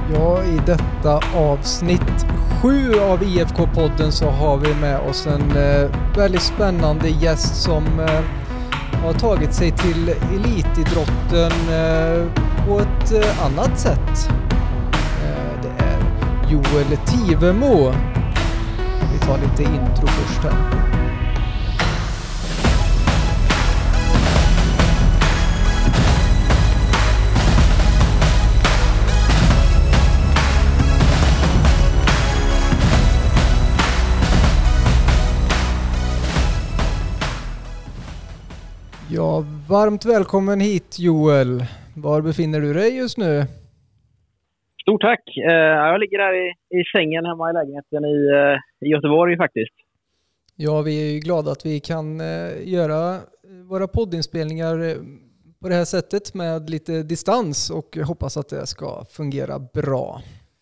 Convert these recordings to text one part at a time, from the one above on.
Ja, i detta avsnitt 7 av IFK-podden så har vi med oss en väldigt spännande gäst som har tagit sig till elitidrotten på ett annat sätt. Det är Joel Tivemo. Vi tar lite intro först här. Ja, varmt välkommen hit Joel. Var befinner du dig just nu? Stort tack. Jag ligger här i sängen hemma i lägenheten i Göteborg faktiskt. Ja, vi är ju glada att vi kan göra våra poddinspelningar på det här sättet med lite distans och hoppas att det ska fungera bra.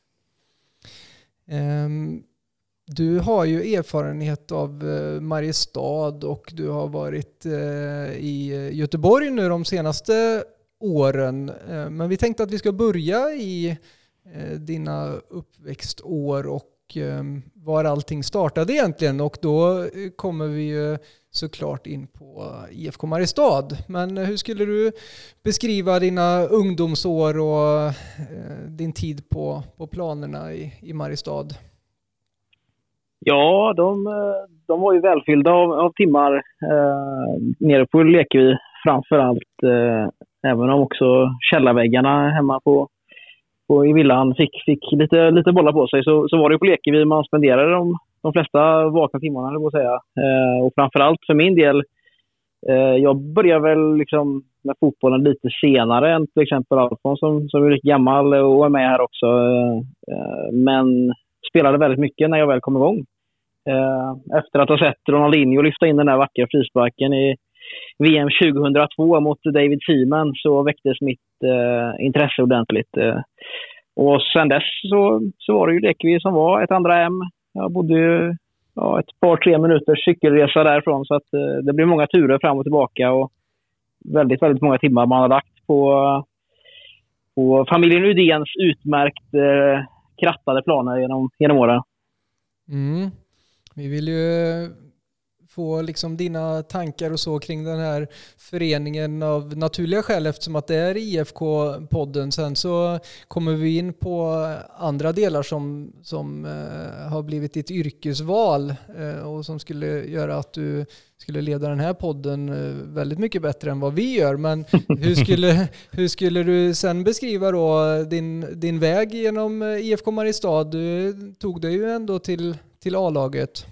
Du har ju erfarenhet av Mariestad och du har varit i Göteborg nu de senaste åren. Men vi tänkte att vi ska börja i dina uppväxtår och var allting startade egentligen. Och då kommer vi ju såklart in på IFK Mariestad. Men hur skulle du beskriva dina ungdomsår och din tid på planerna i Mariestad? Ja, de var ju välfyllda av timmar nere på Lekevi framförallt. Även om också källarväggarna hemma i villan fick lite bollar på sig så var det på Lekevi man spenderade de flesta vakna timmarna, eller vad säga. Och framförallt för min del, jag började väl liksom med fotbollen lite senare än till exempel Alfons som är lite gammal och är med här också. Men spelade väldigt mycket när jag väl kom igång. Efter att ha sett Ronaldinho lyfta in den där vackra frisparken i VM 2002 mot David Seaman så väcktes mitt intresse ordentligt. Och sen dess så var det ju Lekevi som var ett andra hem. Jag bodde ju ett par 3 minuters cykelresa därifrån så att det blev många turer fram och tillbaka och väldigt, väldigt många timmar man har lagt på familjen Udéns utmärkt krattade planer genom åren. Vi vill ju få liksom dina tankar och så kring den här föreningen av naturliga skäl eftersom att det är IFK-podden. Sen så kommer vi in på andra delar som har blivit ditt yrkesval och som skulle göra att du skulle leda den här podden väldigt mycket bättre än vad vi gör. Men hur skulle du sen beskriva då din väg genom IFK Mariestad? Du tog dig ju ändå till A-laget.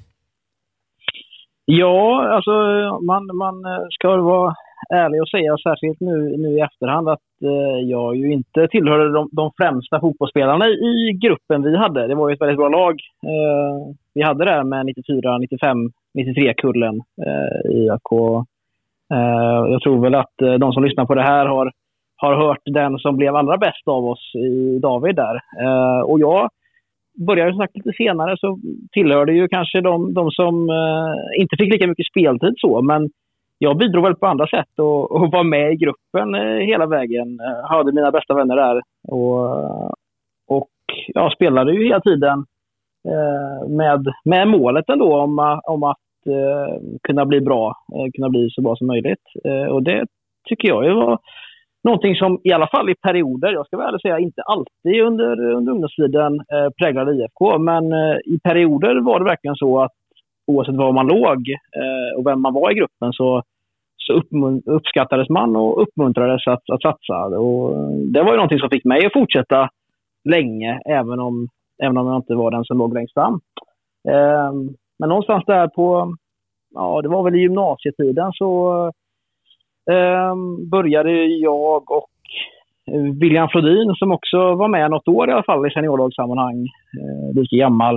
Ja, alltså man ska vara ärlig och säga särskilt nu i efterhand att jag ju inte tillhörde de främsta fotbollsspelarna i gruppen vi hade. Det var ju ett väldigt bra lag. Vi hade där med 94, 95, 93-kullen i IFK. Jag tror väl att de som lyssnar på det här har hört den som blev allra bäst av oss i David där. Och jag började snacka lite senare så tillhörde ju kanske de som inte fick lika mycket speltid så, men jag bidrog väl på andra sätt och var med i gruppen hela vägen. Hade mina bästa vänner där och jag spelade ju hela tiden med målet ändå om att kunna bli bra, kunna bli så bra som möjligt. Och det tycker jag var någonting som i alla fall i perioder, jag ska väl säga inte alltid under ungdomstiden präglade IFK, men i perioder var det verkligen så att oavsett var man låg och vem man var i gruppen så uppskattades man och uppmuntrades att satsa. Och det var ju någonting som fick mig att fortsätta länge, även om jag inte var den som låg längst fram. Men någonstans där det var väl i gymnasietiden så började jag och William Flodin som också var med något år i alla fall i seniorlagssammanhang, lika gammal,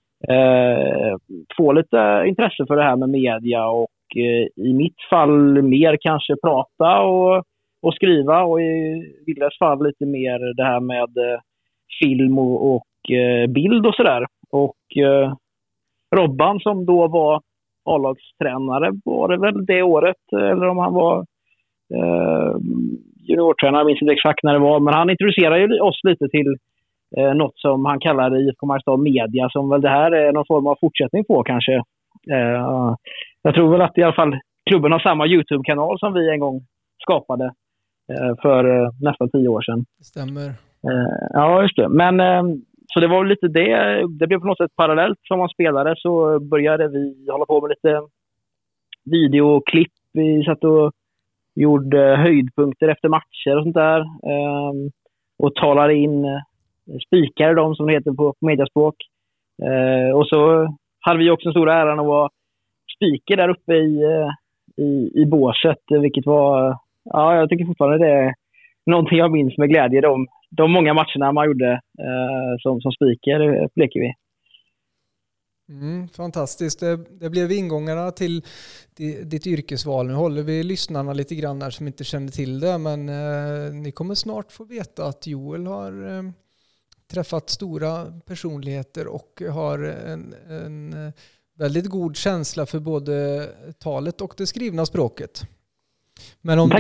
få lite intresse för det här med media och i mitt fall mer kanske prata och skriva och i Willes fall lite mer det här med film och bild och sådär. Och Robban som då var A-lagstränare var det väl det året, eller om han var juniortränare, jag minns inte exakt när det var, men han introducerade ju oss lite något som han kallar IFK Mariestad Media, som väl det här är någon form av fortsättning på kanske. Jag tror väl att i alla fall klubben har samma YouTube-kanal som vi en gång skapade för nästan 10 år sedan. Det stämmer. Ja, just det. Men så det var lite det. Det blev på något sätt parallellt som man spelade, så började vi hålla på med lite videoklipp. Vi satt och gjorde höjdpunkter efter matcher och sånt där. Och talade in spikare, de som det heter på mediaspråk. Och så hade vi också en stor äran att vara spiker där uppe i båset, vilket var, ja, jag tycker fortfarande det är någonting jag minns med glädje, de många matcherna man gjorde som spiker på Lekevi. Fantastiskt. Det blev ingångarna till ditt yrkesval. Nu håller vi lyssnarna lite grann där som inte känner till det, men ni kommer snart få veta att Joel har träffat stora personligheter och har en väldigt god känsla för både talet och det skrivna språket. Men om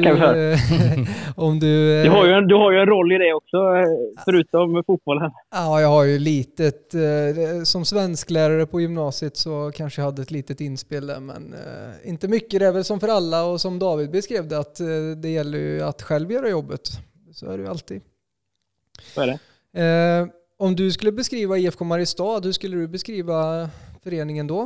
du du har ju en roll i det också, förutom fotbollen. Ja, jag har ju litet som svensklärare på gymnasiet, så kanske jag hade ett litet inspel där, men inte mycket. Det är väl som för alla, och som David beskrev det, att det gäller ju att själv göra jobbet. Så är det ju alltid. Så är det. Om du skulle beskriva IFK Mariestad, hur skulle du beskriva föreningen då?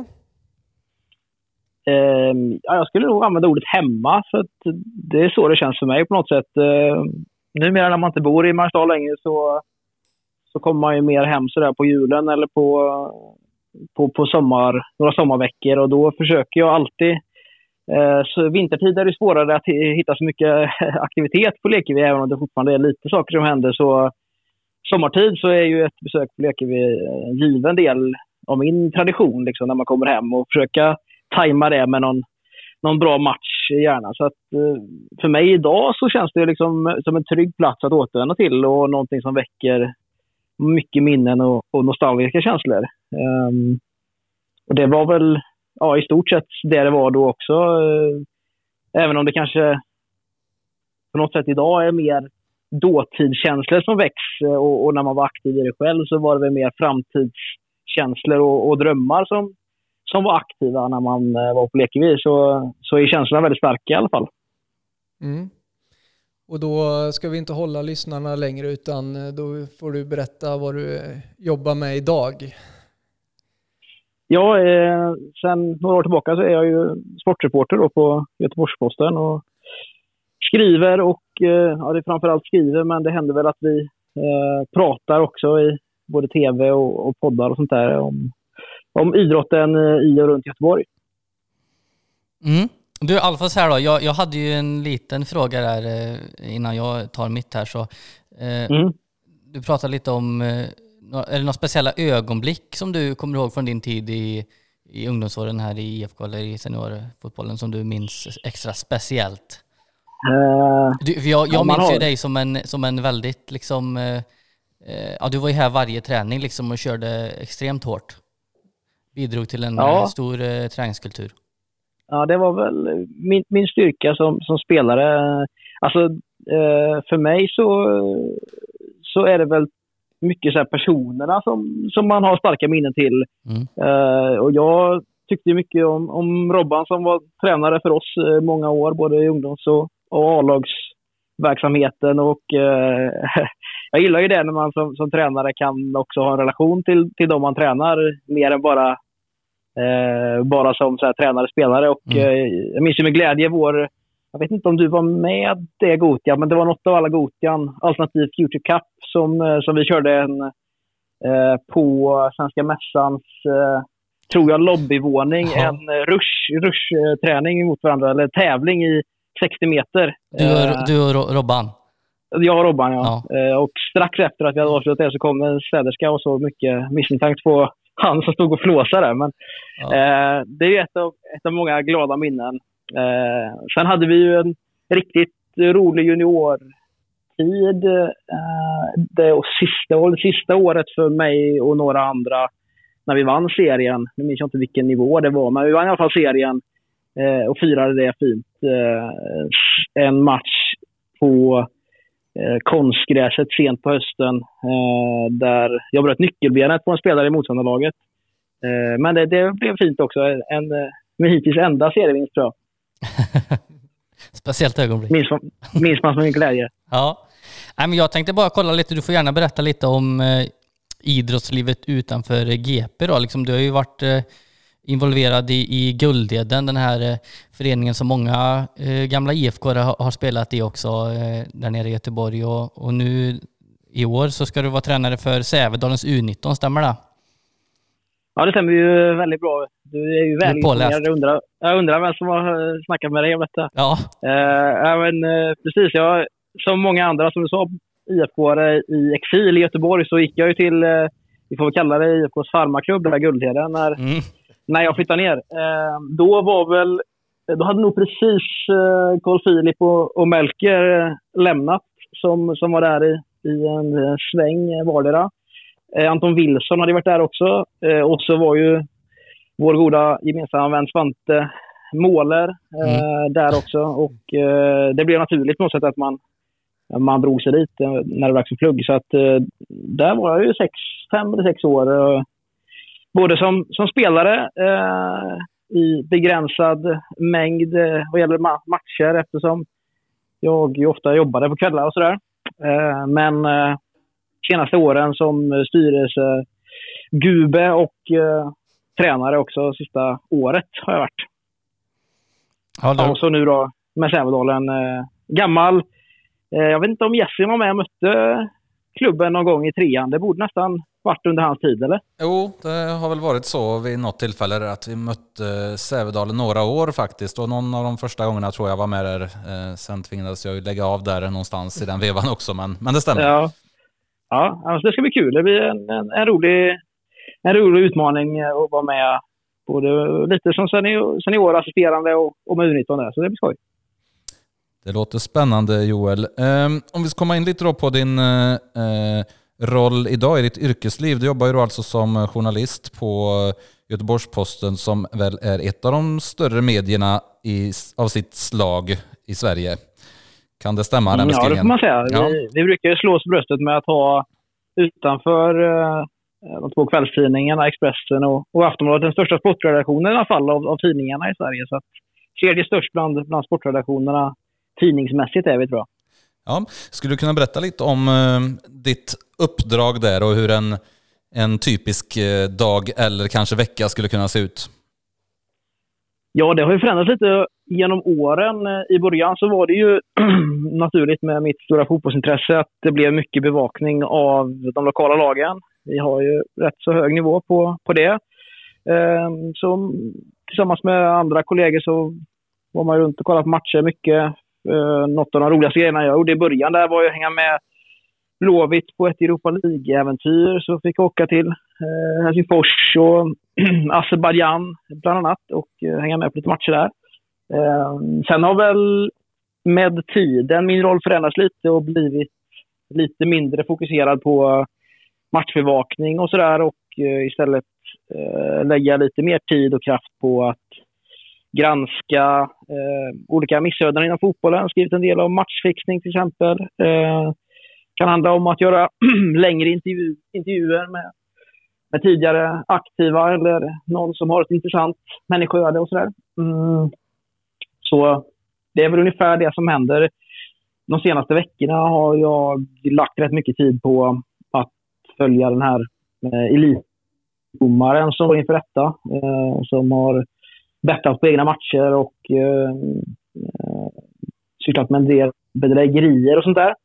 Jag skulle nog använda ordet hemma, för att det är så det känns för mig på något sätt. Numera när man inte bor i Mariestad längre så kommer man ju mer hem så där på julen eller på några sommarveckor, och då försöker jag alltid. Så vintertid är det svårare att hitta så mycket aktivitet på Lekevi, även om det fortfarande är lite saker som händer. Så sommartid så är ju ett besök på Lekevi en given del av min tradition, liksom, när man kommer hem, och försöka tajma det med någon bra match gärna. Så att för mig idag så känns det liksom som en trygg plats att återvända till, och någonting som väcker mycket minnen och nostalgiska känslor. Och det var väl i stort sett det var då också. Även om det kanske på något sätt idag är mer dåtidskänslor som väcks, och när man var aktiv i det själv så var det väl mer framtidskänslor och drömmar som var aktiva när man var på Lekevi, så är känslorna väldigt starka i alla fall. Och då ska vi inte hålla lyssnarna längre, utan då får du berätta vad du jobbar med idag. Ja, sen några år tillbaka så är jag ju sportreporter då på Göteborgs-Posten och skriver, och det är framförallt skriver, men det händer väl att vi pratar också i både tv och poddar och sånt där om idrotten i och runt Göteborg. Du, Alfons här då. Jag hade ju en liten fråga där innan jag tar mitt här. Så, du pratade lite om, är det några speciella ögonblick som du kommer ihåg från din tid i ungdomsåren här i IFK eller i seniorfotbollen som du minns extra speciellt? Jag minns ju dig som en väldigt liksom, du var ju här varje träning liksom och körde extremt hårt. Bidrog till en stor träningskultur. Ja, det var väl min styrka som spelare. Alltså, för mig så är det väl mycket så här personerna som man har starka minnen till. Och jag tyckte mycket om Robban som var tränare för oss många år, både i ungdoms- och A-lagsverksamheten. Och jag gillar ju det när man som tränare kan också ha en relation till dem man tränar, mer än bara som så här, tränare-spelare. Och jag minns ju med glädje jag vet inte om du var med det Gotia, men det var något av alla Gotian, alternativ Future Cup, som vi körde på Svenska Mässans tror jag lobbyvåning, en rush-träning mot varandra, eller tävling i 60 meter. Du och Robban? Jag och Robban, ja. Och strax efter att vi hade avslutat det så kom en städerska och så mycket misstänkt på han som stod och flåsade. Men det är ju ett av många glada minnen. Sen hade vi ju en riktigt rolig juniortid. Det sista året för mig och några andra när vi vann serien. Nu minns jag inte vilken nivå det var, men vi vann i alla fall serien och firade det fint. En match på konstgräset sent på hösten där jag bröt nyckelbenet på en spelare i motståndarlaget. Men det blev fint också. Med hittills enda serievinst, tror jag. Speciellt ögonblick. Minns man som en glädje. Ja. Nej, men jag tänkte bara kolla lite, du får gärna berätta lite om idrottslivet utanför GP då. Liksom, du har ju varit involverad i Guldeden, den här föreningen som många gamla IFK har spelat i också där nere i Göteborg. Och nu i år så ska du vara tränare för Sävedalens U19, stämmer det? Ja, det stämmer ju väldigt bra. Du är ju väl informerad. Jag undrar vem som har snackat med dig om detta. Ja. Precis, som många andra, som du sa, IFK-are i exil i Göteborg, så gick jag ju till, vi får väl kalla det IFKs farmaklubb, den här Guldheden, när jag flyttade ner. Då hade nog precis Carl Philip och Melker lämnat, som var där i en sväng vardera. Anton Wilson hade varit där också. Och så var ju vår goda gemensamma vän Svante Måler där också. Och det blev naturligt på något sätt att man drog sig dit när det var för plugg. Så att där var jag ju 5 eller 6 år. Både som spelare i begränsad mängd vad gäller matcher, eftersom jag ju ofta jobbade på kvällar och sådär. Men senaste åren som styrelsegube och tränare också, sista året har jag varit. Ja, och så nu då med Sävedalen, gammal. Jag vet inte om Jesse var med och mötte klubben någon gång i 3:an. Det borde nästan varit under hans tid, eller? Jo, det har väl varit så vid något tillfälle att vi mötte Sävedalen några år faktiskt. Och någon av de första gångerna tror jag var med där. Sen tvingades jag ju lägga av där någonstans i den vevan också, men det stämmer. Ja, alltså det ska bli kul. Det blir en rolig utmaning att vara med, både lite som seniorassisterande och med U19 där, så det blir skoj. Det låter spännande, Joel. Om vi ska komma in lite då på din roll idag i ditt yrkesliv. Du jobbar ju då alltså som journalist på Göteborgs-Posten, som väl är ett av de större medierna av sitt slag i Sverige. Kan det stämma, den beskrivningen? Ja, det får man säga. Ja. Vi brukar ju slå oss bröstet med att ha utanför de 2 kvällstidningarna, Expressen och Aftonbladet, den största sportredaktionen i alla fall av tidningarna i Sverige. Så att tredje störst bland sportredaktionerna tidningsmässigt är vi, tror jag. Ja. Skulle du kunna berätta lite om ditt uppdrag där och hur en typisk dag eller kanske vecka skulle kunna se ut? Ja, det har ju förändrats lite genom åren. I början så var det ju naturligt med mitt stora fotbollsintresse att det blev mycket bevakning av de lokala lagen. Vi har ju rätt så hög nivå på det. Så tillsammans med andra kollegor så var man runt och kollade på matcher mycket. Något av de roligaste grejerna jag gjorde i början där var ju att hänga med Blåvitt på ett Europa League-äventyr. Så fick jag åka till Helsingfors och Azerbaijan bland annat och hänga med på lite matcher där. Sen har väl med tiden min roll förändrats lite och blivit lite mindre fokuserad på matchbevakning och sådär, och istället lägga lite mer tid och kraft på att granska olika missöden inom fotbollen. Skrivit en del om matchfixning till exempel. Kan handla om att göra längre intervjuer med tidigare aktiva eller någon som har ett intressant människoöde och sådär. Så det är väl ungefär det som händer. De senaste veckorna har jag lagt rätt mycket tid på att följa den här elitdomaren som var inför detta, som har bettat på egna matcher och cyklat med en del bedrägerier och sånt där.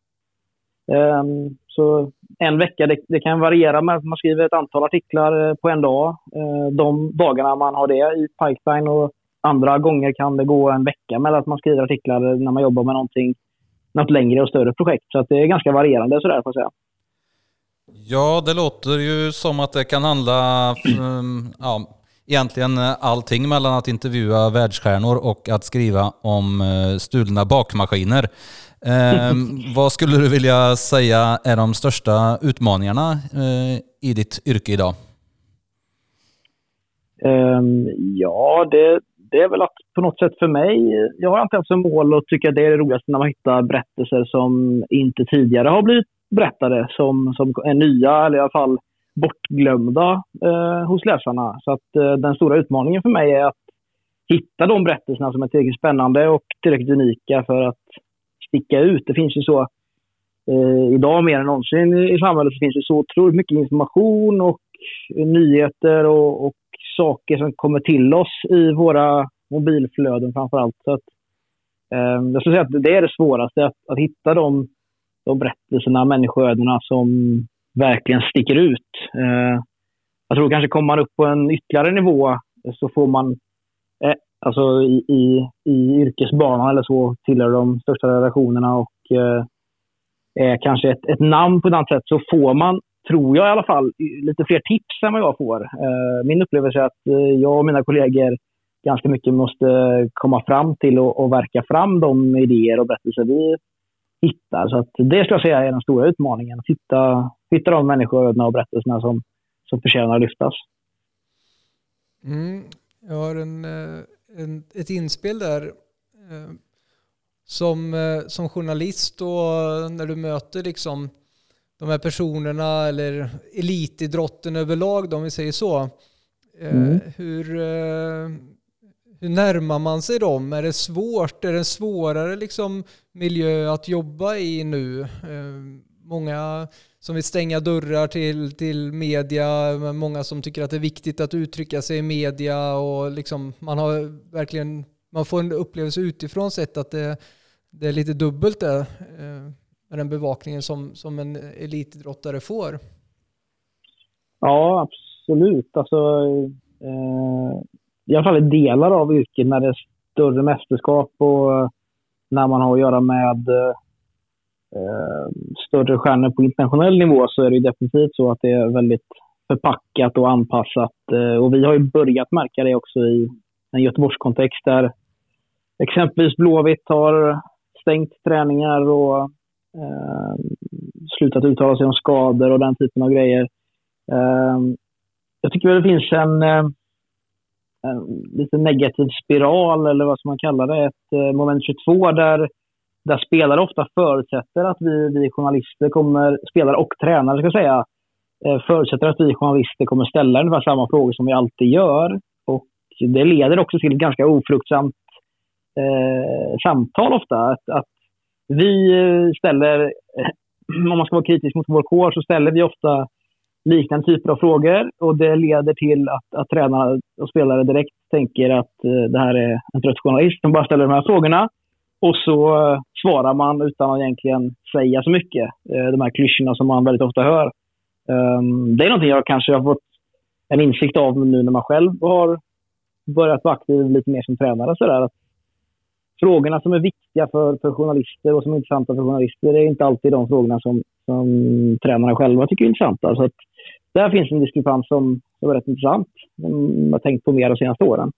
Så en vecka, det kan variera med att man skriver ett antal artiklar på en dag. De dagarna man har det i pipeline, och andra gånger kan det gå en vecka mellan att man skriver artiklar när man jobbar med något längre och större projekt. Så att det är ganska varierande sådär, får jag säga. Ja, det låter ju som att det kan handla egentligen allting mellan att intervjua världsstjärnor och att skriva om stulna bakmaskiner. Vad skulle du vilja säga är de största utmaningarna i ditt yrke idag? Ja, det är väl att på något sätt för mig, jag har inte haft som mål att tycka att det är det roligaste när man hittar berättelser som inte tidigare har blivit berättade, som är nya eller i alla fall bortglömda hos läsarna. Så att den stora utmaningen för mig är att hitta de berättelserna som är tillräckligt spännande och tillräckligt unika för att sticka ut. Det finns ju så idag mer än någonsin i samhället, så finns det så otroligt mycket information och nyheter och saker som kommer till oss i våra mobilflöden framförallt. Så att, jag skulle säga att det är det svåraste, att hitta de berättelserna, människoödena som verkligen sticker ut. Jag tror kanske kommer man upp på en ytterligare nivå så får man alltså i yrkesbanan eller så tillhör de största redaktionerna och är kanske ett namn på ett annat sätt, så får man, tror jag i alla fall, lite fler tips än vad jag får. Min upplevelse är att jag och mina kollegor ganska mycket måste komma fram till och verka fram de idéer och berättelser vi hittar. Så att det ska jag säga är den stora utmaningen, att hitta de människoödena och berättelserna som förtjänar att lyftas. Jag har ett inspel där som journalist, och när du möter liksom de här personerna eller elitidrotten överlag, om vi säger så. Hur närmar man sig dem? Är det svårt? Är det en svårare liksom miljö att jobba i nu? Många som vill stänga dörrar till media, många som tycker att det är viktigt att uttrycka sig i media, och liksom man får en upplevelse utifrån sett att det är lite dubbelt där med den bevakningen som en elitidrottare får. Ja, absolut. Alltså, i alla fall delar av yrket när det är större mästerskap och när man har att göra med större stjärnor på internationell nivå, så är det definitivt så att det är väldigt förpackat och anpassat. Och vi har ju börjat märka det också i en Göteborgskontext där exempelvis Blåvitt har stängt träningar och slutat uttala sig om skador och den typen av grejer. Jag tycker väl det finns en lite negativ spiral, eller vad som man kallar det, ett moment 22 där spelare ofta förutsätter att vi journalister spelare och tränare ska säga, förutsätter att vi journalister kommer ställa ungefär samma frågor som vi alltid gör, och det leder också till ett ganska ofruktsamt samtal ofta, att vi ställer, om man ska vara kritisk mot vår kår, så ställer vi ofta liknande typer av frågor, och det leder till att tränare och spelare direkt tänker att det här är en trött journalist som bara ställer de här frågorna, och så svarar man utan att egentligen säga så mycket, de här klyschorna som man väldigt ofta hör. Det är någonting jag kanske har fått en insikt av nu när man själv har börjat vara aktiv lite mer som tränare, så där, att frågorna som är viktiga för journalister och som är intressanta för journalister är inte alltid de frågorna som tränarna själva tycker är intressanta. Så att där finns en diskrepans som är rätt intressant, som jag har tänkt på mer de senaste åren.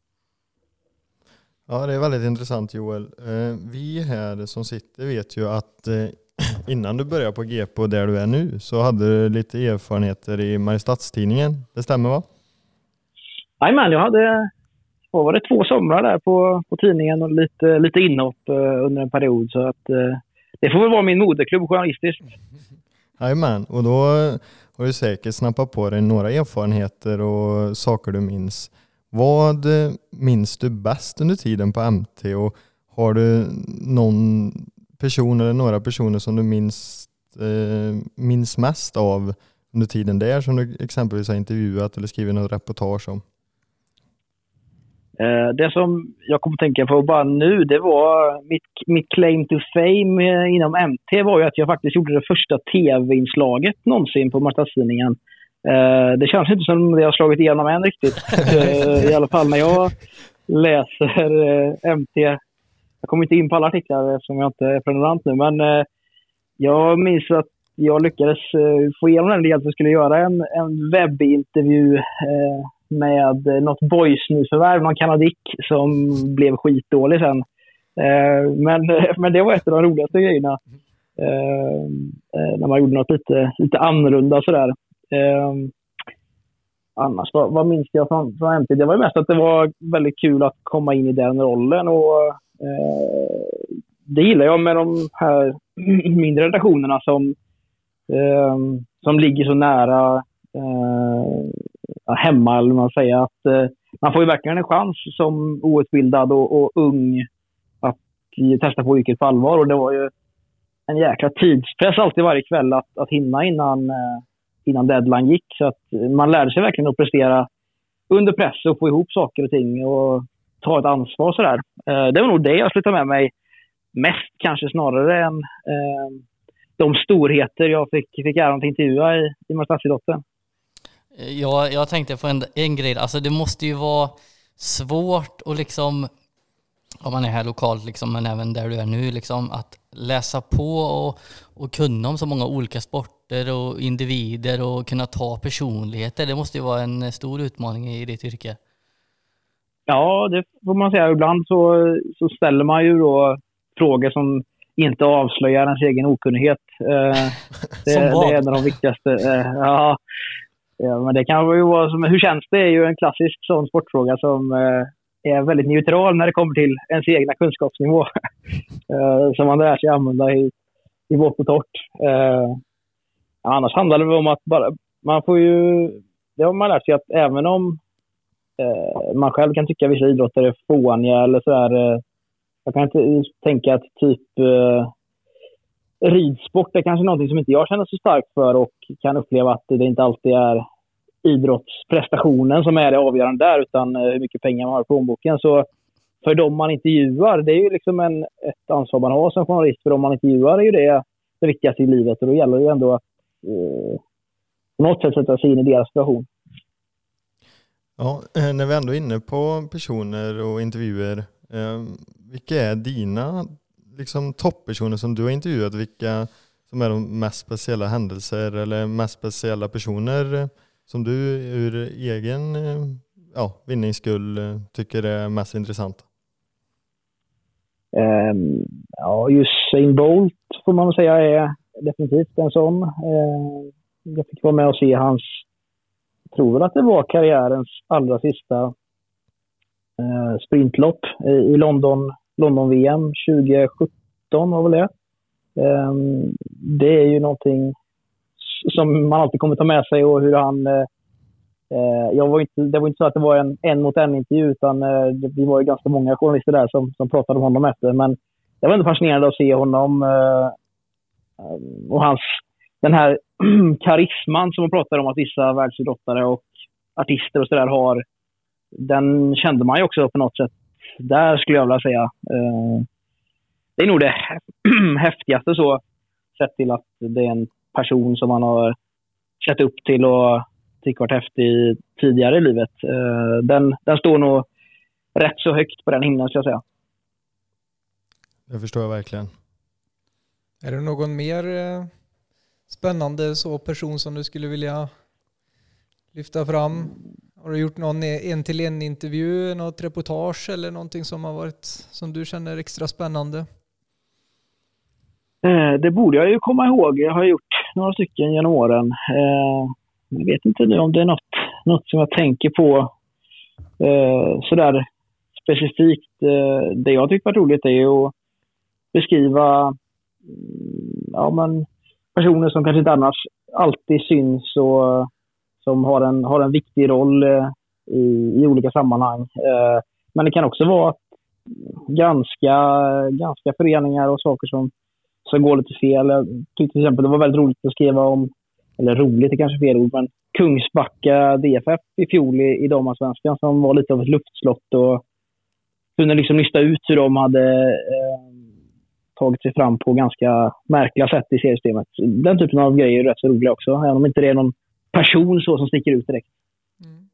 Ja, det är väldigt intressant, Joel. Vi här som sitter vet ju att innan du började på GP och där du är nu, så hade du lite erfarenheter i Mariestadstidningen. Det stämmer, va? Nej, men jag hade... var det 2 somrar där på tidningen och lite inhopp under en period, så att det får väl vara min moderklubb journalistiskt. Jajamän, och då har du säkert snappat på dig några erfarenheter och saker du minns. Vad minns du bäst under tiden på MT, och har du någon person eller några personer som du minns mest av under tiden där, som du exempelvis har intervjuat eller skrivit något reportage om? Det som jag kommer att tänka på bara nu, det var mitt claim to fame inom MT var ju att jag faktiskt gjorde det första tv-inslaget någonsin på Mariestadstidningen. Det känns inte som det har slagit igenom än riktigt. I alla fall när jag läser MT. Jag kommer inte in på alla artiklar eftersom jag inte är prenumerant nu, men jag minns att jag lyckades få igenom den del att vi skulle göra en webbintervju med något boys-nyförvärv, någon kanadick som blev skitdålig sen. Men det var ett av de roligaste grejerna. När man gjorde något lite annorlunda sådär. annars, vad minns jag från MT? Det var ju mest att det var väldigt kul att komma in i den rollen, och det gillar jag med de här mindre redaktionerna som ligger så nära hemma, eller man säger att man får ju verkligen en chans som outbildad och ung att testa på yrket på allvar, och det var ju en jäkla tidspress alltid varje kväll att hinna innan deadline gick, så att man lärde sig verkligen att prestera under press och få ihop saker och ting och ta ett ansvar sådär. Det var nog det jag slutade med mig mest, kanske snarare än de storheter jag fick äran att intervjua i Marstadsidrotten. Jag tänkte på en grej, alltså det måste ju vara svårt att liksom, om man är här lokalt liksom, men även där du är nu liksom, att läsa på och kunna om så många olika sporter och individer och kunna ta personligheter. Det måste ju vara en stor utmaning i ditt yrke. Ja, det får man säga. Ibland så ställer man ju då frågor som inte avslöjar ens egen okunnighet. Det är en av de viktigaste. Ja, men det kan ju vara som, hur känns det? Är ju en klassisk sån sportfråga som är väldigt neutral när det kommer till ens egna kunskapsnivå. Som man lär sig använda i vått och torrt. Annars handlar det om att man får ju, det har man lärt sig, att även om man själv kan tycka vissa idrotter är fåniga eller sådär, jag kan inte tänka att typ ridsport är kanske någonting som inte jag känner så starkt för, och kan uppleva att det inte alltid är idrottsprestationen som är det avgörande där, utan hur mycket pengar man har på plånboken. Så för dem man intervjuar, det är ju liksom ett ansvar man har som journalist. För dem man intervjuar är ju det viktigaste i livet, och då gäller det ju ändå att på något sätt sätta sig in i deras situation. Ja, när vi ändå är inne på personer och intervjuer, vilka är dina liksom topppersoner som du har intervjuat? Vilka som är de mest speciella händelser eller mest speciella personer som du ur egen vinningsskull tycker är mest intressant? Usain Bolt får man säga är definitivt en sån. Jag fick vara med och se hans, jag tror väl att det var karriärens allra sista sprintlopp i London-VM 2017 var väl det. Det är ju någonting som man alltid kommer ta med sig, och hur han det var inte så att det var en mot en intervju, utan vi var ju ganska många journalister där som pratade om honom efter, men det var ändå fascinerande att se honom och hans, den här karisman som man pratar om att vissa världsidrottare och artister och sådär har, den kände man ju också på något sätt. Där skulle jag vilja säga det är nog det häftigaste, så sett till att det är en person som man har sett upp till och tycker varit häftig tidigare i livet. Den står nog rätt så högt på den himlen, skulle jag säga. Det förstår jag verkligen. Är det någon mer spännande så person som du skulle vilja lyfta fram? Har du gjort någon en-till-en intervju, något reportage eller någonting som har varit, som du känner extra spännande? Det borde jag ju komma ihåg. Jag har gjort några stycken genom åren. Jag vet inte nu om det är något som jag tänker på sådär specifikt. Det jag tycker var roligt är att beskriva personer som kanske inte annars alltid syns och som har en viktig roll i olika sammanhang. Men det kan också vara ganska föreningar och saker som går lite fel. Jag tyckte till exempel det var väldigt roligt att skriva om, eller roligt är kanske fel ord, men Kungsbacka DFF i fjol i damallsvenskan, som var lite av ett luftslott och kunde liksom nysta ut hur de hade tagit sig fram på ganska märkliga sätt i seriesystemet. Den typen av grejer är rätt så roliga också, även om inte det är någon person så som sticker ut direkt. Mm.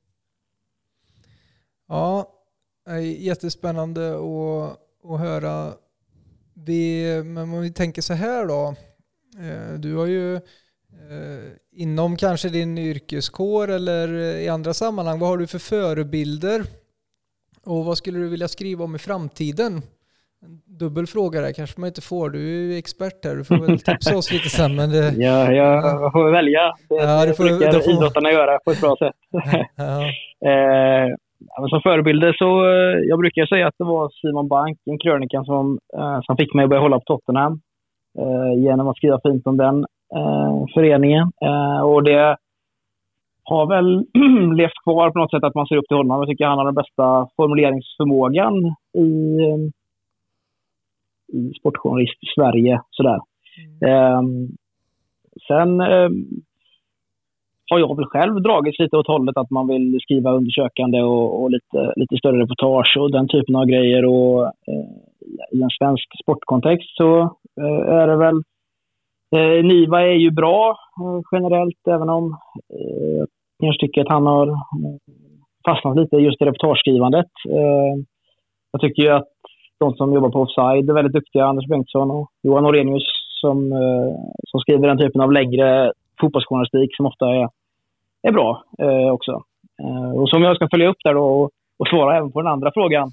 Ja, jättespännande att höra. Men om vi tänker så här då. Du har ju inom kanske din yrkeskår eller i andra sammanhang, vad har du för förebilder? Och vad skulle du vilja skriva om i framtiden? dubbel fråga där kanske man inte får. Du är ju expert här, du får väl tipsa oss lite sen. Men det, ja, jag får välja. Det brukar idrottarna göra på ett bra sätt. Men som förebilder så jag brukar säga att det var Simon Bank, en krönika som fick mig att börja hålla på Tottenham genom att skriva fint om den föreningen. Och det har väl levt kvar på något sätt att man ser upp till honom. Jag tycker han har den bästa formuleringsförmågan i sportjournalist i Sverige. Sådär. Sen har jag väl själv dragits lite åt hållet att man vill skriva undersökande och lite större reportage och den typen av grejer. Och i en svensk sportkontext så är det väl Niva är ju bra generellt, även om jag tycker att han har fastnat lite just i reportageskrivandet. Jag tycker ju att de som jobbar på Offside är väldigt duktiga, Anders Bengtsson och Johan Orenius som skriver den typen av längre fotbollsjournalistik som ofta är bra också. Och som jag ska följa upp där då och svara även på den andra frågan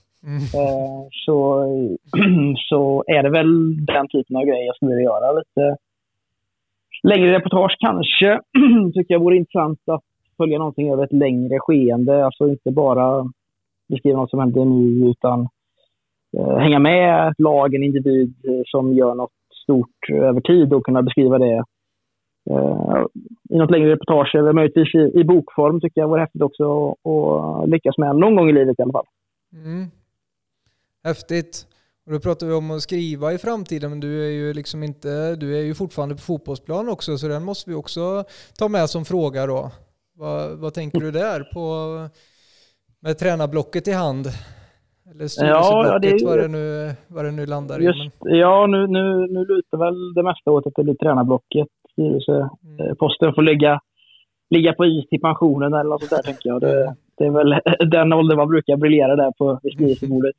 så är det väl den typen av grejer jag skulle göra. Lite längre reportage kanske tycker jag vore intressant att följa någonting över ett längre skeende. Alltså inte bara beskriva något som händer nu utan hänga med ett lag, en individ som gör något stort över tid och kunna beskriva det i något längre reportage eller möjligtvis i bokform tycker jag var häftigt också och lyckas med någon gång i livet i alla fall. Häftigt. Och då pratar vi om att skriva i framtiden, men du är ju liksom inte, du är ju fortfarande på fotbollsplan också, så den måste vi också ta med som fråga då. Vad tänker du där med tränarblocket i hand? Eller styrelseblocket, vad det nu landar i. Ja, nu lutar väl det mesta åt att det blir tränarblocket. Posten får ligga på is till pensionen eller något sånt där, tänker jag. Det är väl den ålder man brukar briljera där på styrelsebordet.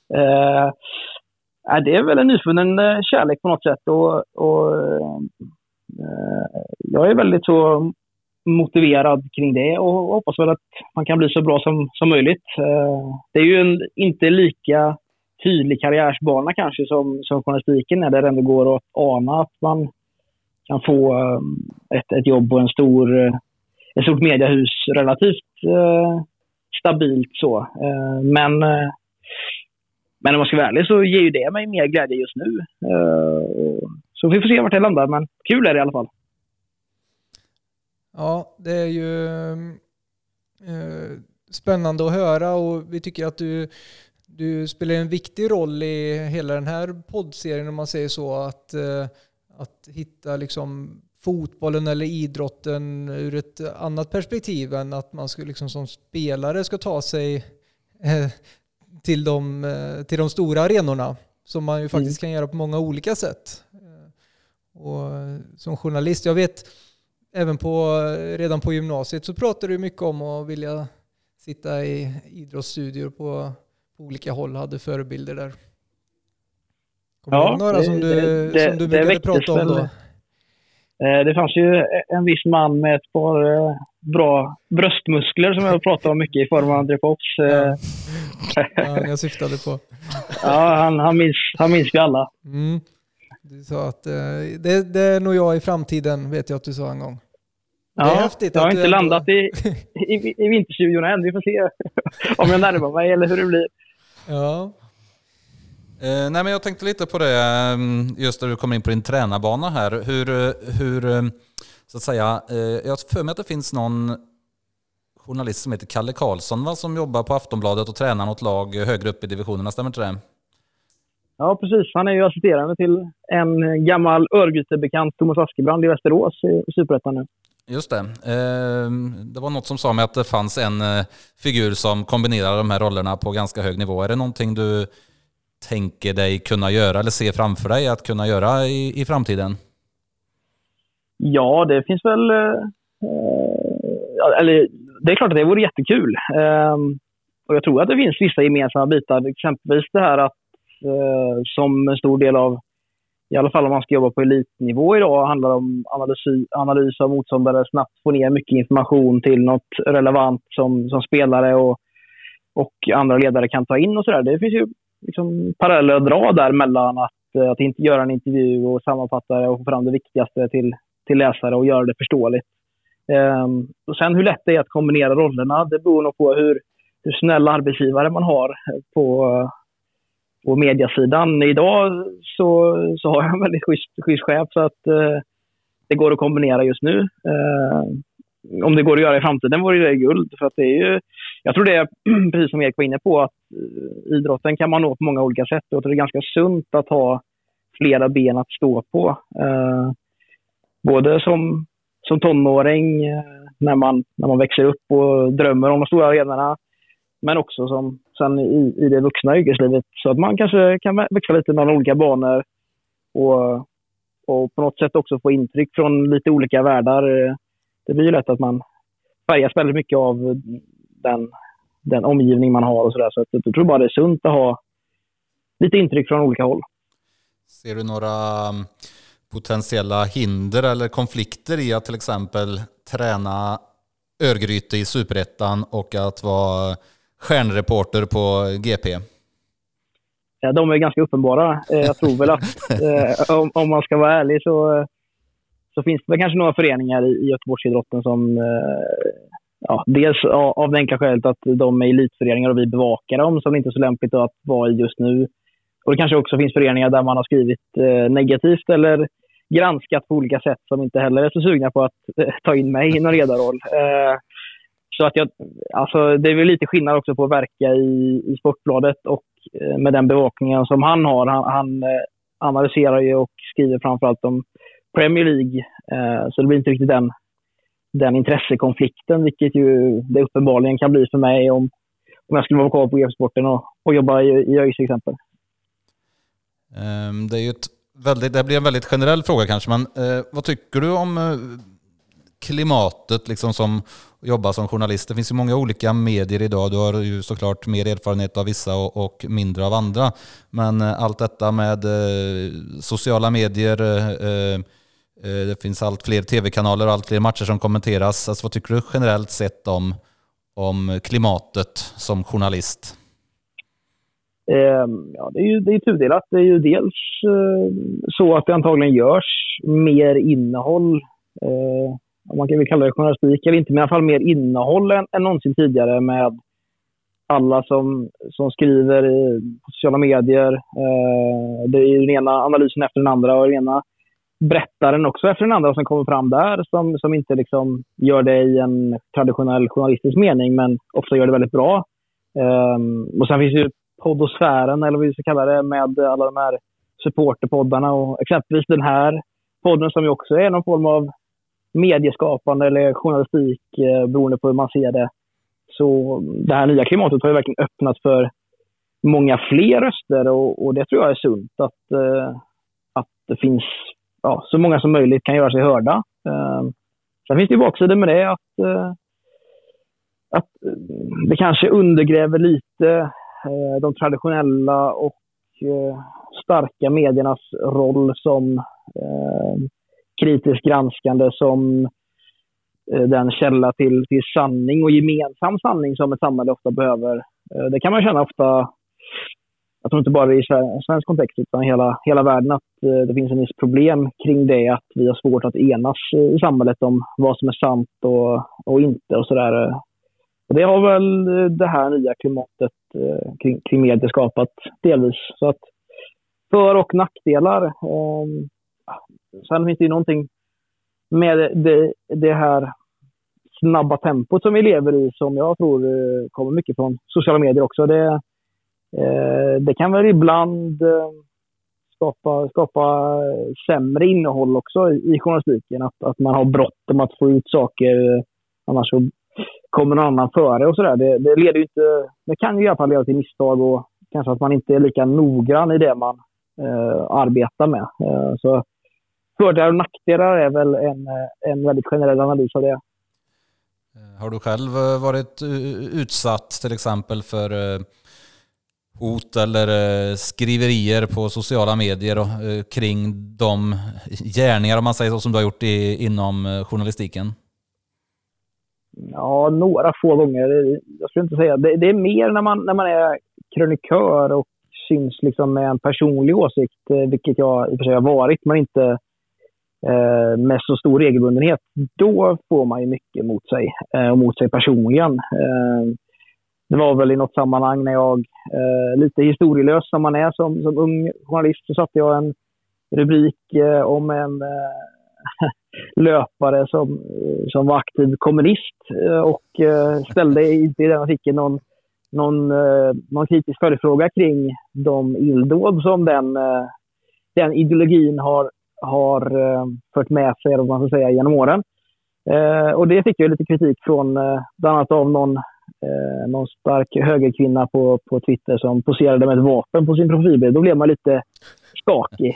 Det är väl en nyfunnen kärlek på något sätt och jag är väldigt så motiverad kring det och hoppas väl att man kan bli så bra som möjligt. Det är ju inte lika tydlig karriärsbana kanske som journalistiken är, där det ändå går att ana att man kan få ett jobb och ett stort mediehus relativt stabilt så. Men om man ska vara ärlig så ger ju det mig mer glädje just nu. Så vi får se vart det landar, men kul är det i alla fall. Ja, det är ju spännande att höra och vi tycker att du spelar en viktig roll i hela den här poddserien, om man säger så, att hitta liksom fotbollen eller idrotten ur ett annat perspektiv än att man ska liksom som spelare ska ta sig till de stora arenorna, som man ju faktiskt kan göra på många olika sätt. Och som journalist, jag vet även redan på gymnasiet så pratade du mycket om att vilja sitta i idrottsstudior på olika håll, hade förebilder där. Kommer det några som du brukade prata om då? Det fanns ju en viss man med ett par bra bröstmuskler som jag pratade om mycket i form av André Pops. Ja, jag syftade på. Ja, han minns vi alla. Du sa att det är nog jag i framtiden, vet jag att du sa en gång. Ja, det är häftigt. Jag har inte landat i vinterstudion än. Vi får se om jag närmar mig eller hur det blir. Ja. Nej, men jag tänkte lite på det just när du kommer in på din tränarbana här. Hur så att säga, jag har för mig att det finns någon journalist som heter Kalle Karlsson, va, som jobbar på Aftonbladet och tränar något lag högre upp i divisionerna, stämmer inte det? Ja, precis. Han är ju assisterande till en gammal Örgrytebekant, Thomas Askebrand i Västerås i Superettan nu. Just det. Det var något som sa mig att det fanns en figur som kombinerar de här rollerna på ganska hög nivå. Är det någonting du tänker dig kunna göra eller ser framför dig att kunna göra i framtiden? Ja, det finns väl... eller det är klart att det vore jättekul. Och jag tror att det finns vissa gemensamma bitar. Exempelvis det här att som en stor del av, i alla fall om man ska jobba på elitnivå idag, handlar om analys av motståndare, snabbt få ner mycket information till något relevant som spelare och andra ledare kan ta in och sådär. Det finns ju liksom paralleller att dra där mellan att inte göra en intervju och sammanfatta det och få fram det viktigaste till läsare och göra det förståeligt. Och sen hur lätt det är att kombinera rollerna, det beror nog på hur snäll arbetsgivare man har på mediasidan. Idag så har jag en väldigt schysst chef, så att det går att kombinera just nu. Om det går att göra i framtiden vore det guld. För att det är ju, jag tror det är precis som Erik var inne på, att idrotten kan man nå på många olika sätt. Och det är ganska sunt att ha flera ben att stå på. Både som tonåring, när man växer upp och drömmer om de stora arenorna, men också som sen i det vuxna yrkeslivet. Så att man kanske kan växa lite mellan olika banor och på något sätt också få intryck från lite olika världar. Det blir ju lätt att man färgas väldigt mycket av den omgivning man har och sådär. Så att jag tror bara det är sunt att ha lite intryck från olika håll. Ser du några potentiella hinder eller konflikter i att till exempel träna Örgryte i Superettan och att vara stjärnreporter på GP? Ja, de är ganska uppenbara. Jag tror väl att om man ska vara ärlig så finns det kanske några föreningar i Göteborgsidrotten som dels av det enkla skälet att de är elitföreningar och vi bevakar dem, som inte är så lämpligt att vara i just nu. Och det kanske också finns föreningar där man har skrivit negativt eller granskat på olika sätt som inte heller är så sugna på att ta in mig i någon ledarroll. Så att det är väl lite skillnad också på att verka i Sportbladet och med den bevakningen som han har. Han analyserar ju och skriver framförallt om Premier League. Så det blir inte riktigt den intressekonflikten, vilket ju det uppenbarligen kan bli för mig om jag skulle vara kvar på EF-sporten och jobba i ÖIS till exempel. Det är ju det blir en väldigt generell fråga kanske, men vad tycker du om klimatet liksom som jobbar som journalist? Det finns ju många olika medier idag. Du har ju såklart mer erfarenhet av vissa och mindre av andra. Men allt detta med sociala medier, det finns allt fler tv-kanaler och allt fler matcher som kommenteras. Alltså, vad tycker du generellt sett om klimatet som journalist? Ja, det är ju tudelat. Det är ju dels så att det antagligen görs mer innehåll, om man kan väl kalla det journalistik eller inte, men i alla fall mer innehåll än någonsin tidigare, med alla som skriver på sociala medier. Det är ju den ena analysen efter den andra och den ena berättaren också efter den andra som kommer fram där, som inte liksom gör det i en traditionell journalistisk mening, men ofta gör det väldigt bra. Och sen finns ju poddosfären, eller vad vi ska kalla det, med alla de här supporterpoddarna och exempelvis den här podden som ju också är någon form av medieskapande eller journalistik, beroende på hur man ser det. Så det här nya klimatet har ju verkligen öppnat för många fler röster och det tror jag är sunt, att det finns så många som möjligt kan göra sig hörda. Sen finns det ju baksidor med det, att det kanske undergräver lite de traditionella och starka mediernas roll som kritiskt granskande, som den källa till sanning och gemensam sanning som ett samhälle ofta behöver. Det kan man känna ofta, jag tror inte bara i svensk kontext utan hela världen, att det finns en viss problem kring det, att vi har svårt att enas i samhället om vad som är sant och inte och sådär. Det har väl det här nya klimatet kring medier skapat delvis. Så att för- och nackdelar. Sen finns det ju någonting med det här snabba tempot som vi lever i, som jag tror kommer mycket från sociala medier också. Det kan väl ibland skapa sämre innehåll också i journalistiken. Att man har bråttom att få ut saker, annars så kommer någon annan före och sådär. Det leder ju inte, det kan ju i alla fall leda till misstag och kanske att man inte är lika noggrann i det man arbetar med. Så fördelar och nackdelar är väl en väldigt generell analys av det. Har du själv varit utsatt till exempel för hot eller skriverier på sociala medier kring de gärningar, om man säger så, som du har gjort inom journalistiken? Ja, några få gånger. Jag skulle inte säga. Det är mer när man är krönikör och syns liksom med en personlig åsikt, vilket jag i och för sig har varit, men inte med så stor regelbundenhet, då får man ju mycket mot sig och mot sig personligen. Det var väl i något sammanhang när jag, lite historielös som man är som ung journalist, så satte jag en rubrik om en löpare som var aktiv kommunist och ställde inte i den artikeln någon kritisk följdfråga kring de illdåd som den ideologin har fört med sig, om man ska säga, genom åren. Och det fick jag lite kritik från bland annat av någon stark högerkvinna på Twitter som poserade med ett vapen på sin profilbild. Då blev man lite skakig.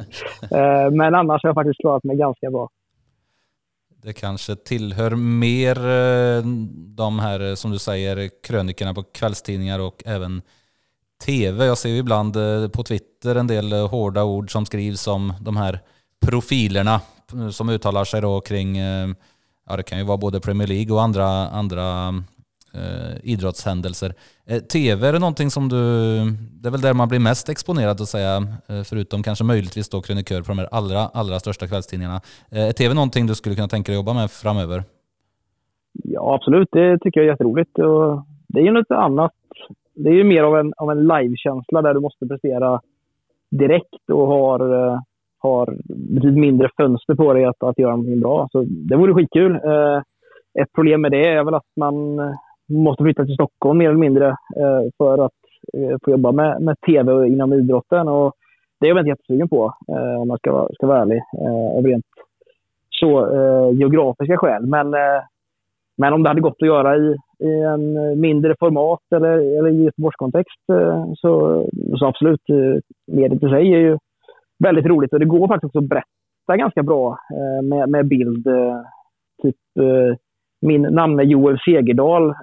Men annars har jag faktiskt klarat mig ganska bra. Det kanske tillhör mer de här, som du säger, krönikerna på kvällstidningar och även tv. Jag ser ju ibland på Twitter en del hårda ord som skrivs om de här profilerna som uttalar sig då kring, ja, det kan ju vara både Premier League och andra idrottshändelser. TV, är det någonting som det är väl där man blir mest exponerad att säga, förutom kanske möjligtvis då krönikör på de här allra största kvällstidningarna. Är TV någonting du skulle kunna tänka dig jobba med framöver? Ja, absolut. Det tycker jag är jätteroligt. Och det är ju något annat. Det är ju mer av en live-känsla där du måste prestera direkt och har betydligt mindre fönster på dig att göra någonting bra. Så det vore skitkul. Ett problem med det är väl att man måste flytta till Stockholm mer eller mindre för att få jobba med tv inom idrotten. Och det är jag inte jättesugen på, om man ska vara ärlig, av rent så geografiska skäl. Men om det hade gått att göra i en mindre format eller i Göteborgskontext, så absolut, mediet i sig är ju väldigt roligt. Och det går faktiskt att berätta ganska bra med bild. Typ min namn är Joel Segerdahl.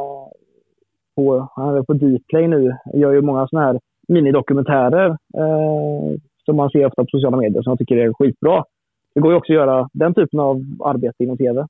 Han är på Dplay nu. Jag gör ju många såna här minidokumentärer som man ser ofta på sociala medier som jag tycker är skitbra. Det går ju också att göra den typen av arbete inom tv.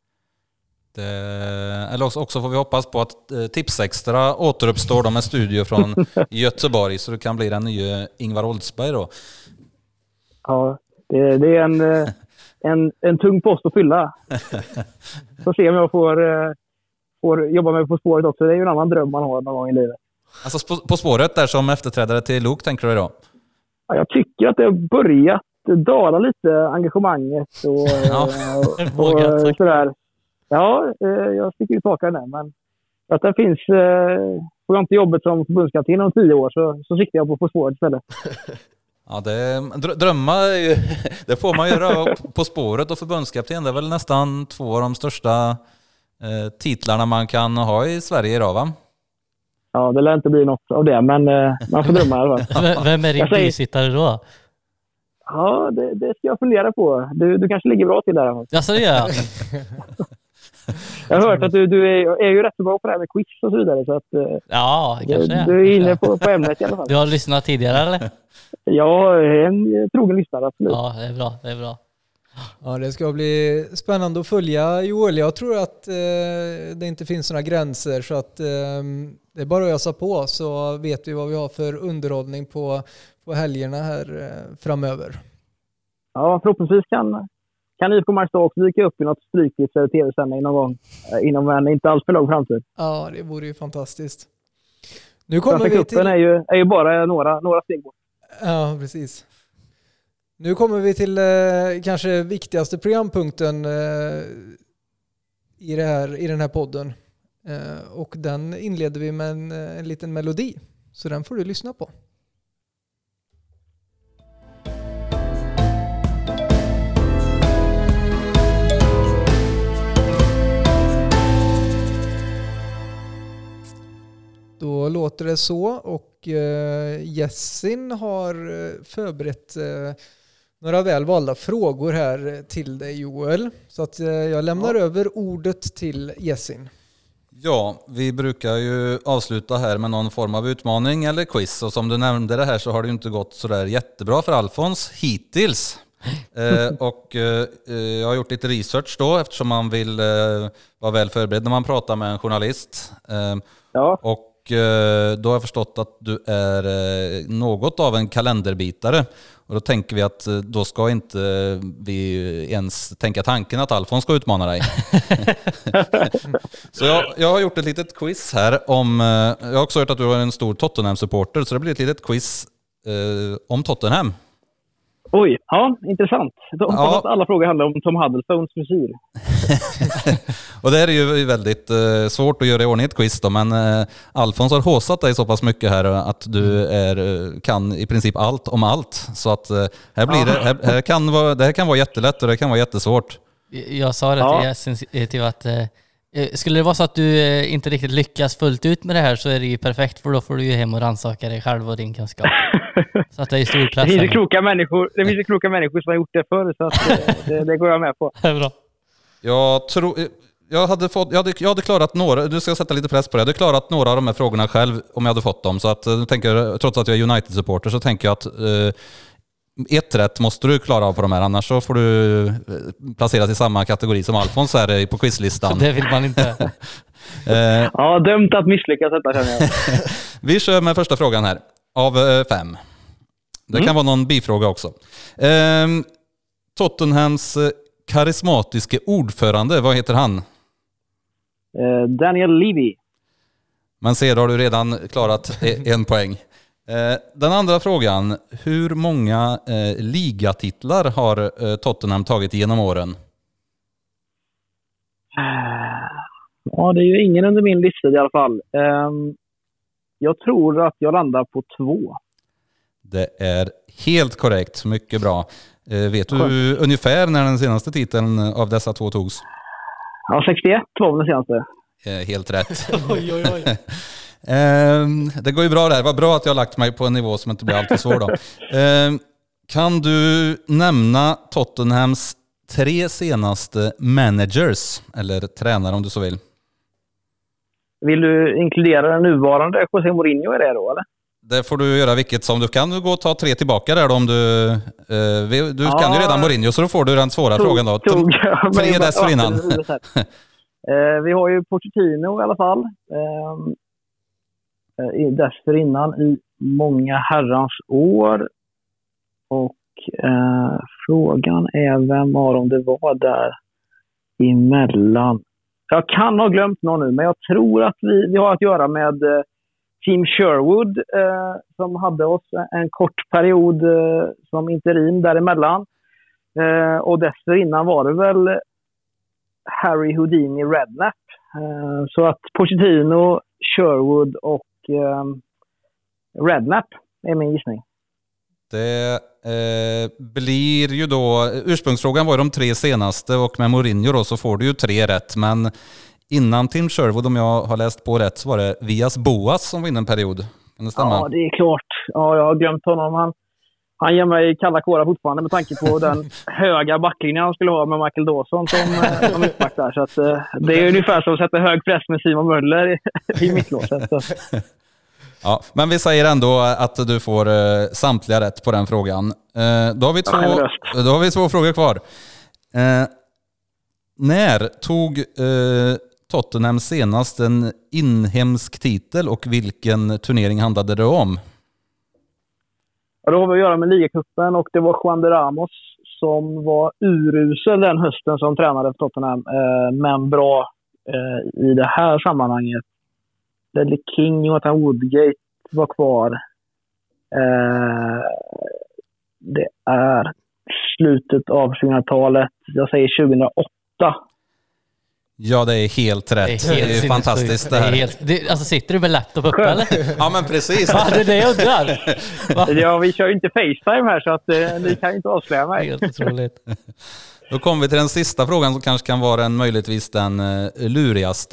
Eller också får vi hoppas på att Tipsextra återuppstår de med studio från Göteborg, så det kan bli den nya Ingvar Oldsberg då. Ja, det är en tung post att fylla. Så se om jag får jobba med På spåret också. Det är ju en annan dröm man har någon gång i livet. Alltså På spåret där som efterträdare till Luke, tänker du då? Ja, jag tycker att det har börjat dala lite, engagemanget och sådär. Ja, jag sticker ut hakan där, men att det finns, får jag inte jobbet som förbundskapten om 10 år så siktar jag på spåret istället. Ja, drömmar det får man göra. På spåret och förbundskapten, det är väl nästan 2 av de största titlarna man kan ha i Sverige idag, va? Ja, det lär inte bli något av det, men man får drömma i alla fall. Vem är din bisittare då? Ja, det ska jag fundera på. Du kanske ligger bra till där. Jaså, det gör jag. Jag har hört att du är ju rätt så bra på det här med quiz och så vidare. Så att, ja, kanske är. Du är inne på ämnet i alla fall. Du har lyssnat tidigare, eller? Ja, en trogen lyssnare, absolut. Ja, det är bra. Ja, det ska bli spännande att följa, Joel. Jag tror att det inte finns några gränser, så att det är bara att ösa på, så vet vi vad vi har för underhållning på helgerna här framöver. Ja, förhoppningsvis kan IFK Mariestad också dyka upp i något strykligt eller tv-sändning någon gång inom en inte alls för lång framtid. Ja, det vore ju fantastiskt. Nu kommer vi till... är ju bara några steg bort. Ja, precis. Nu kommer vi till kanske viktigaste programpunkten i den här podden. Och den inleder vi med en liten melodi. Så den får du lyssna på. Då låter det så, och Jessin har förberett några väl valda frågor här till dig, Joel. Så att jag lämnar över ordet till Jessin. Ja, vi brukar ju avsluta här med någon form av utmaning eller quiz. Och som du nämnde det här så har det ju inte gått så där jättebra för Alfons hittills. Och jag har gjort lite research då, eftersom man vill vara väl förberedd när man pratar med en journalist. Ja. Och då har jag förstått att du är något av en kalenderbitare. Och då tänker vi att då ska inte vi ens tänka tanken att Alfons ska utmana dig. Så jag har gjort ett litet quiz här om... Jag har också hört att du är en stor Tottenham-supporter, så det blir ett litet quiz om Tottenham. Oj, ja, intressant. Jag hoppas att alla frågor handlar om Tom Huddlestones frisyr. Och det är ju väldigt svårt att göra i ordning ett quiz då, men Alfons har håsat dig så pass mycket här att du kan i princip allt om allt. Så att här blir det här kan vara jättelätt och det kan vara jättesvårt. Jag sa det till att skulle det vara så att du inte riktigt lyckas fullt ut med det här, så är det ju perfekt, för då får du ju hem och rannsaka dig själv och din kunskap. Så att det är stor press. Det finns ju kloka människor som har gjort det förr, så att det går jag med på. Det är bra. Jag hade klarat några, du ska sätta lite press på det. Jag hade klarat några av de här frågorna själv om jag hade fått dem. Så att trots att jag är United-supporter så tänker jag att ett rätt måste du klara av på de här, annars så får du placeras i samma kategori som Alfons här på quizlistan. Det vill man inte. Ja, dömt att misslyckas detta, känner jag. Vi kör med första frågan här, av 5. Det kan vara någon bifråga också. Tottenhams karismatiske ordförande, vad heter han? Daniel Levy. Man ser, då har du redan klarat 1 poäng. Den andra frågan, hur många ligatitlar har Tottenham tagit genom åren? Ja, det är ju ingen under min lista i alla fall. Jag tror att jag landar på 2. Det är helt korrekt, mycket bra. Vet du ungefär när den senaste titeln av dessa 2 togs? Ja, 61 var den senaste. Helt rätt. Oj. Det går ju bra där. Vad bra att jag har lagt mig på en nivå som inte blir alltför svår då. Kan du nämna Tottenhams 3 senaste managers, eller tränare om du så vill? Vill du inkludera den nuvarande José Mourinho i det då, eller? Det får du göra vilket som du kan. Du gå och ta 3 tillbaka där då, om du kan ju redan Mourinho, så då får du den svåra frågan då. 3 dessförinnan. Vi har ju Pochettino i alla fall. Dessförinnan i många herrans år. Och frågan är vem av dem det var där emellan. Jag kan ha glömt någon nu, men jag tror att vi har att göra med Tim Sherwood som hade oss en kort period som interim däremellan. Och dessförinnan var det väl Harry Houdini Redknapp. Så att Pochettino, Sherwood och Redknapp är min gissning. Det blir ju då, ursprungsfrågan var ju de 3 senaste, och med Mourinho då så får du ju 3 rätt, men innan Tim Sherwood, om jag har läst på rätt, så var det Villas Boas som vinner en period. Kan det stämma? Ja, det är klart. Ja, jag har glömt honom. Han ger mig kalla kårar fortfarande med tanke på den höga backlinjen han skulle ha med Michael Dawson som mittback där. Så att, det är ungefär som att sätta hög press med Simon Möller i mittlåset. Ja, men vi säger ändå att du får samtliga rätt på den frågan. Då har vi 2 frågor kvar. När tog Tottenham senast en inhemsk titel och vilken turnering handlade det om? Ja, då har vi att göra med ligacupen, och det var Juan de Ramos som var urusel den hösten som tränade för Tottenham. Men bra i det här sammanhanget. Ledley King, Jonathan Woodgate var kvar. Det är slutet av 2000-talet. Jag säger 2008. Ja, det är helt rätt. Det är fantastiskt det här. Alltså sitter du med laptop uppe eller? Ja, men precis. Ja, det är det jag undrar. Ja, vi kör ju inte FaceTime här, så att ni kan ju inte avslöja mig. Helt otroligt. Då kommer vi till den sista frågan som kanske kan vara möjligtvis den lurigaste.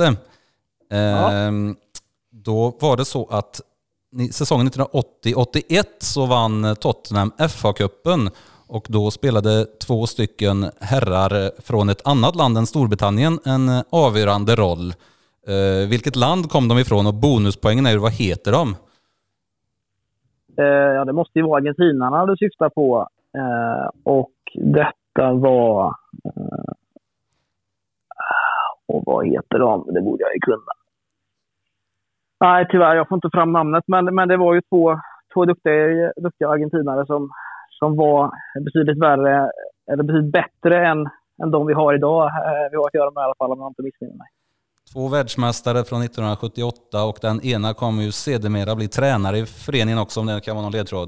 Då var det så att säsongen 1980-81 så vann Tottenham FA-cupen, och då spelade 2 stycken herrar från ett annat land än Storbritannien en avgörande roll. Vilket land kom de ifrån, och bonuspoängen är ju, vad heter de? Ja, det måste ju vara argentinarna du syftar på. Och detta var... och vad heter de? Det borde jag ju kunna. Nej, tyvärr. Jag får inte fram namnet. Men det var ju två duktiga argentinare som var betydligt värre, eller betydligt bättre än de vi har idag. Vi har att göra med i alla fall, om jag inte missminner mig. 2 världsmästare från 1978 och den ena kommer ju sedermera bli tränare i föreningen också, om det kan vara någon ledtråd.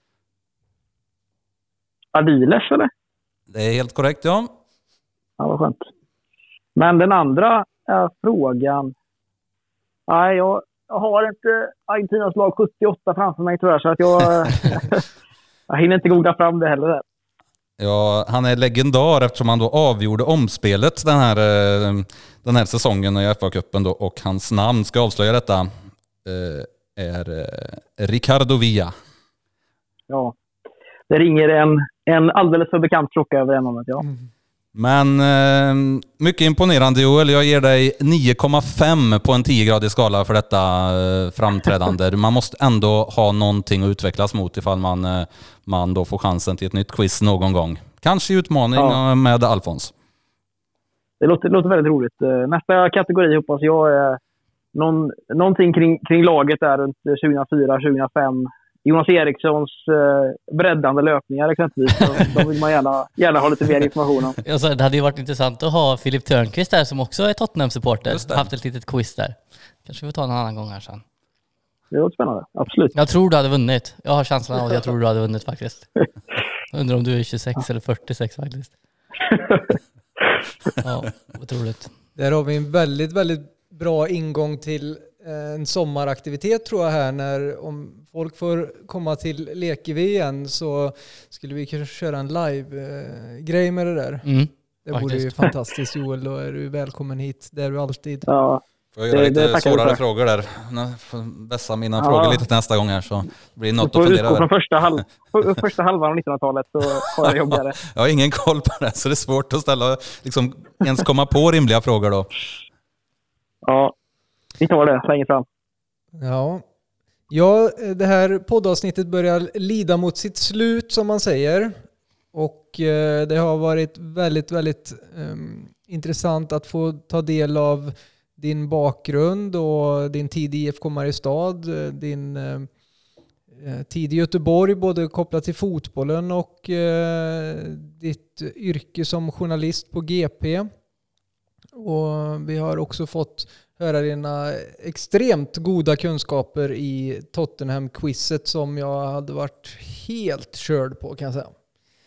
Ardiles, eller? Det är helt korrekt, ja. Ja, vad skönt. Men den andra frågan... Nej, jag har inte Argentinas lag 78 framför mig tyvärr, så att jag hinner inte googla fram det heller. Ja, han är legendar eftersom han då avgjorde omspelet den här säsongen i FA-cupen då, och hans namn, ska avslöja detta, är Ricardo Villa. Ja, det ringer en alldeles för bekant klocka över namnet, ja. Men mycket imponerande, Joel. Jag ger dig 9,5 på en 10-gradig skala för detta framträdande. Man måste ändå ha någonting att utvecklas mot ifall man då får chansen till ett nytt quiz någon gång. Kanske utmaning med Alfons. Det låter väldigt roligt. Nästa kategori hoppas jag är någonting kring laget där runt 2004-2005. Jonas Erikssons breddande löpningar exempelvis. De vill man gärna ha lite mer information om. Alltså, det hade ju varit intressant att ha Filip Törnqvist där som också är Tottenham-supporter. Haft ett litet quiz där. Kanske vi får ta en annan gång här sen. Det låter spännande, absolut. Jag tror du hade vunnit. Jag har känslan av att jag tror du hade vunnit faktiskt. Jag undrar om du är 26 eller 46 faktiskt. Ja, otroligt. Där har vi en väldigt, väldigt bra ingång till en sommaraktivitet tror jag här. Om folk får komma till Lekevi igen så skulle vi kunna köra en live-grej med det där. Det vore ju fantastiskt, Joel. Då är du välkommen hit. Det är du alltid. Ja. Får jag göra lite svårare frågor där. Vässa mina frågor lite till nästa gång här, så blir det något att fundera över. Från första halvan av 1900-talet så har jag jobbigare. Jag har ingen koll på det, så det är svårt att ställa, ens komma på rimliga frågor då. Ja, vi tar det längre fram. Ja, det här poddavsnittet börjar lida mot sitt slut som man säger. Och det har varit väldigt, väldigt intressant att få ta del av din bakgrund och din tid i IFK Mariestad, din tid i Göteborg, både kopplat till fotbollen och ditt yrke som journalist på GP. Och vi har också fått höra dina extremt goda kunskaper i Tottenham-quizet som jag hade varit helt körd på, kan jag säga.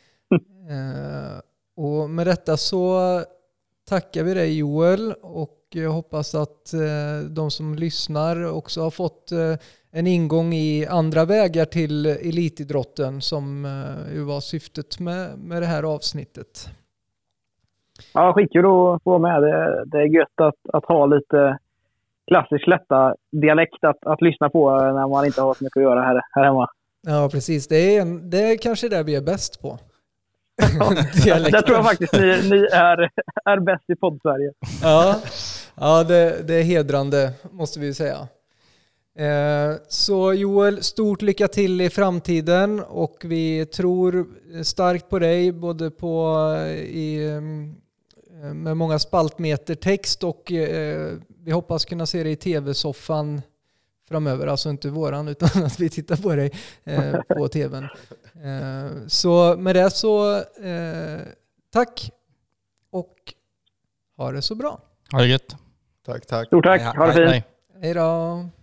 Och med detta så tackar vi dig, Joel, och jag hoppas att de som lyssnar också har fått en ingång i andra vägar till elitidrotten som ju var syftet med det här avsnittet. Ja, skitkul att få med. Det är gött att ha lite klassisk lätta dialekt att lyssna på när man inte har så mycket att göra här hemma. Ja, precis. Det är kanske det vi är bäst på. Jag tror faktiskt ni är bäst i podd-Sverige. Ja, det är hedrande, måste vi säga. Så Joel, stort lycka till i framtiden, och vi tror starkt på dig både med många spaltmeter text, och vi hoppas kunna se dig i tv-soffan framöver, alltså inte våran utan att vi tittar på dig på tvn. Så med det så tack och ha det så bra. Ha det gött. Tack. Stort tack. Ha det fint. Hej då.